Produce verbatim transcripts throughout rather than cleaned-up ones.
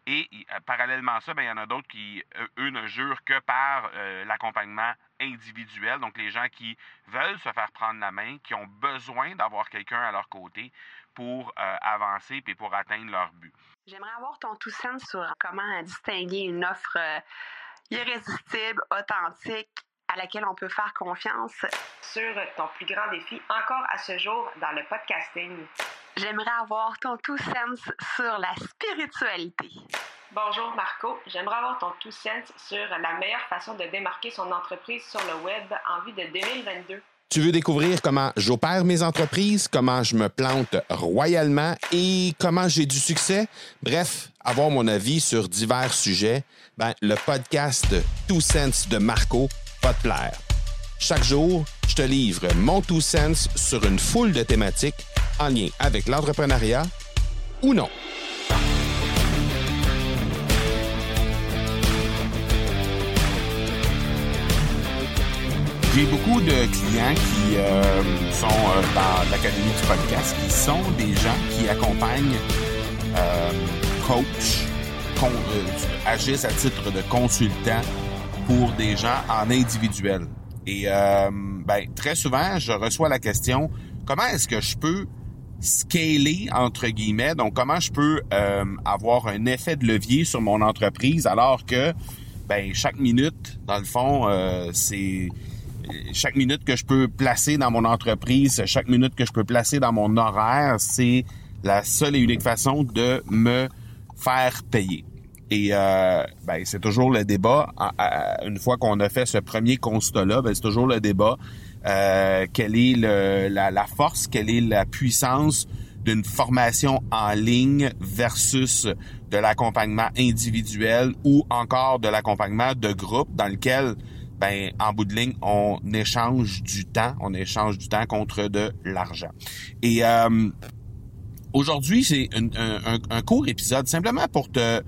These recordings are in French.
Et euh, parallèlement à ça, bien, il y en a d'autres qui, euh, eux, ne jurent que par euh, l'accompagnement individuel. Donc, les gens qui veulent se faire prendre la main, qui ont besoin d'avoir quelqu'un à leur côté pour euh, avancer et pour atteindre leur but. J'aimerais avoir ton tout sens sur comment distinguer une offre euh, irrésistible, authentique, à laquelle on peut faire confiance. Sur ton plus grand défi encore à ce jour dans le podcasting. J'aimerais avoir ton tout sens sur la spiritualité. Bonjour Marco, j'aimerais avoir ton tout sens sur la meilleure façon de démarquer son entreprise sur le web en vue de deux mille vingt-deux. Tu veux découvrir comment j'opère mes entreprises, comment je me plante royalement et comment j'ai du succès? Bref, avoir mon avis sur divers sujets, ben, le podcast Two Cents de Marco va te plaire. Chaque jour, je te livre mon two cents sur une foule de thématiques en lien avec l'entrepreneuriat ou non. J'ai beaucoup de clients qui euh, sont euh, dans l'Académie du podcast, qui sont des gens qui accompagnent, euh, coach, con, euh, agissent à titre de consultant pour des gens en individuel. Et euh, ben, très souvent, je reçois la question, comment est-ce que je peux scaler, entre guillemets, donc comment je peux euh, avoir un effet de levier sur mon entreprise alors que ben, chaque minute, dans le fond, euh, c'est... Chaque minute que je peux placer dans mon entreprise, chaque minute que je peux placer dans mon horaire, c'est la seule et unique façon de me faire payer. Et euh, ben, c'est toujours le débat. Une fois qu'on a fait ce premier constat-là, ben, c'est toujours le débat. Euh, quelle est le, la, la force, quelle est la puissance d'une formation en ligne versus de l'accompagnement individuel ou encore de l'accompagnement de groupe dans lequel ben en bout de ligne, on échange du temps, on échange du temps contre de l'argent. Et euh, aujourd'hui, c'est un, un, un court épisode simplement pour te,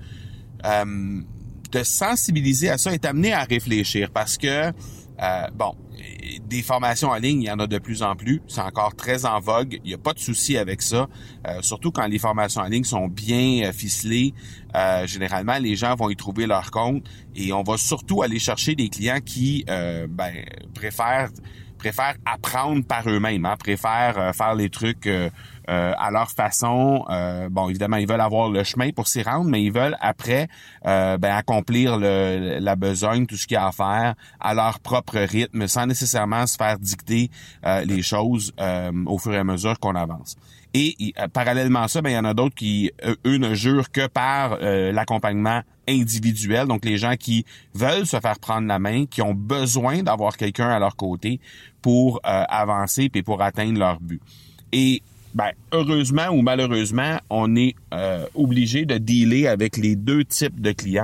euh, te sensibiliser à ça et t'amener à réfléchir parce que, euh, bon, des formations en ligne, il y en a de plus en plus. C'est encore très en vogue. Il n'y a pas de souci avec ça. Euh, surtout quand les formations en ligne sont bien euh, ficelées. Euh, généralement, les gens vont y trouver leur compte et on va surtout aller chercher des clients qui euh, ben, préfèrent préfèrent apprendre par eux-mêmes, hein, préfèrent euh, faire les trucs euh, euh, à leur façon. Euh, bon, évidemment, ils veulent avoir le chemin pour s'y rendre, mais ils veulent après euh, ben, accomplir le, la besogne, tout ce qu'il y a à faire à leur propre rythme, sans nécessairement se faire dicter euh, les choses euh, au fur et à mesure qu'on avance. Et euh, parallèlement à ça, ben il y en a d'autres qui, eux, eux ne jurent que par euh, l'accompagnement individuel. Donc, les gens qui veulent se faire prendre la main, qui ont besoin d'avoir quelqu'un à leur côté pour euh, avancer et pour atteindre leur but. Et ben heureusement ou malheureusement, on est euh, obligé de dealer avec les deux types de clients.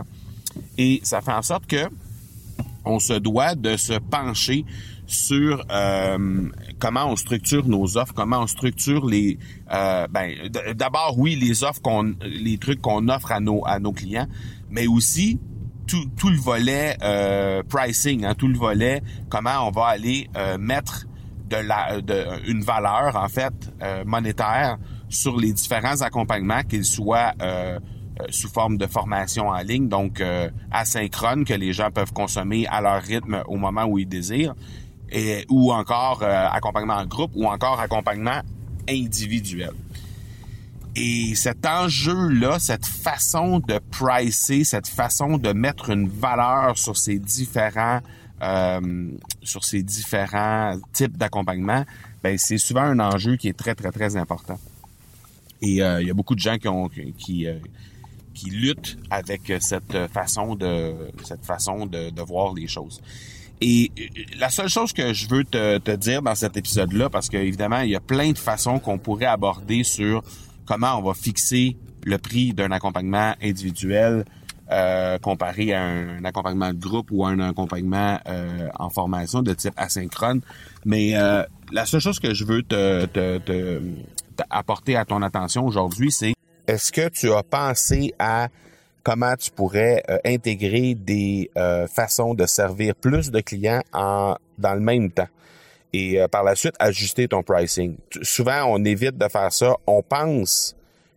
Et ça fait en sorte que on se doit de se pencher sur euh, comment on structure nos offres, comment on structure les euh, ben d- d'abord oui les offres qu'on les trucs qu'on offre à nos à nos clients, mais aussi tout tout le volet euh, pricing, hein, tout le volet comment on va aller euh, mettre de la de une valeur en fait euh, monétaire sur les différents accompagnements, qu'ils soient euh, Euh, sous forme de formation en ligne, donc euh, asynchrone, que les gens peuvent consommer à leur rythme au moment où ils désirent, et, ou encore euh, accompagnement en groupe, ou encore accompagnement individuel. Et cet enjeu-là, cette façon de pricer, cette façon de mettre une valeur sur ces différents euh, sur ces différents types d'accompagnement, ben c'est souvent un enjeu qui est très, très, très important. Et euh, il y a beaucoup de gens qui ont qui euh, qui luttent avec cette façon de cette façon de, de voir les choses. Et la seule chose que je veux te, te dire dans cet épisode-là, parce qu'évidemment, il y a plein de façons qu'on pourrait aborder sur comment on va fixer le prix d'un accompagnement individuel euh, comparé à un, un accompagnement de groupe ou un accompagnement euh, en formation de type asynchrone. Mais euh, la seule chose que je veux te, te, te, te apporter à ton attention aujourd'hui, c'est est-ce que tu as pensé à comment tu pourrais euh, intégrer des euh, façons de servir plus de clients en dans le même temps et euh, par la suite ajuster ton pricing? T- souvent, on évite de faire ça. On pense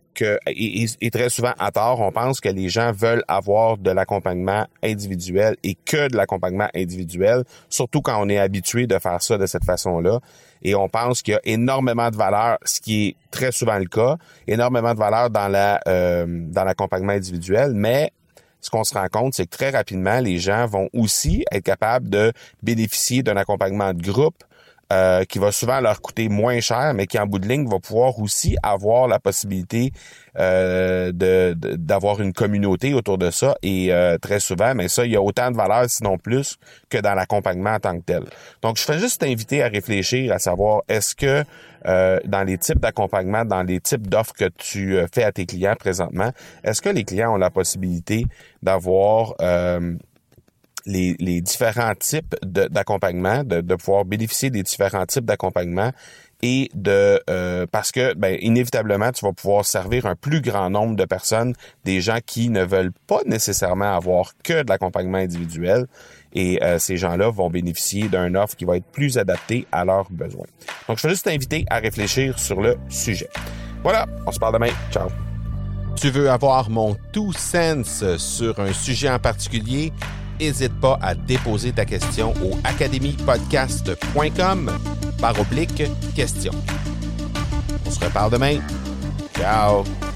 que, et, et très souvent à tort, on pense que les gens veulent avoir de l'accompagnement individuel et que de l'accompagnement individuel, surtout quand on est habitué de faire ça de cette façon-là. Et on pense qu'il y a énormément de valeur, ce qui est très souvent le cas, énormément de valeur dans la euh, dans l'accompagnement individuel, mais ce qu'on se rend compte, c'est que très rapidement, les gens vont aussi être capables de bénéficier d'un accompagnement de groupe euh, qui va souvent leur coûter moins cher, mais qui, en bout de ligne, va pouvoir aussi avoir la possibilité euh, de, de d'avoir une communauté autour de ça. Et euh, très souvent, mais ça, il y a autant de valeur, sinon plus, que dans l'accompagnement en tant que tel. Donc, je fais juste t'inviter à réfléchir, à savoir, est-ce que euh, dans les types d'accompagnement, dans les types d'offres que tu euh, fais à tes clients présentement, est-ce que les clients ont la possibilité d'avoir... Euh, Les, les différents types de, d'accompagnement, de, de pouvoir bénéficier des différents types d'accompagnement et de euh, parce que ben inévitablement tu vas pouvoir servir un plus grand nombre de personnes, des gens qui ne veulent pas nécessairement avoir que de l'accompagnement individuel et euh, ces gens-là vont bénéficier d'un offre qui va être plus adaptée à leurs besoins. Donc je veux juste t'inviter à réfléchir sur le sujet. Voilà, on se parle demain. Ciao. Tu veux avoir mon two cents sur un sujet en particulier? N'hésite pas à déposer ta question au academy podcast point com par oblique question. On se reparle demain. Ciao!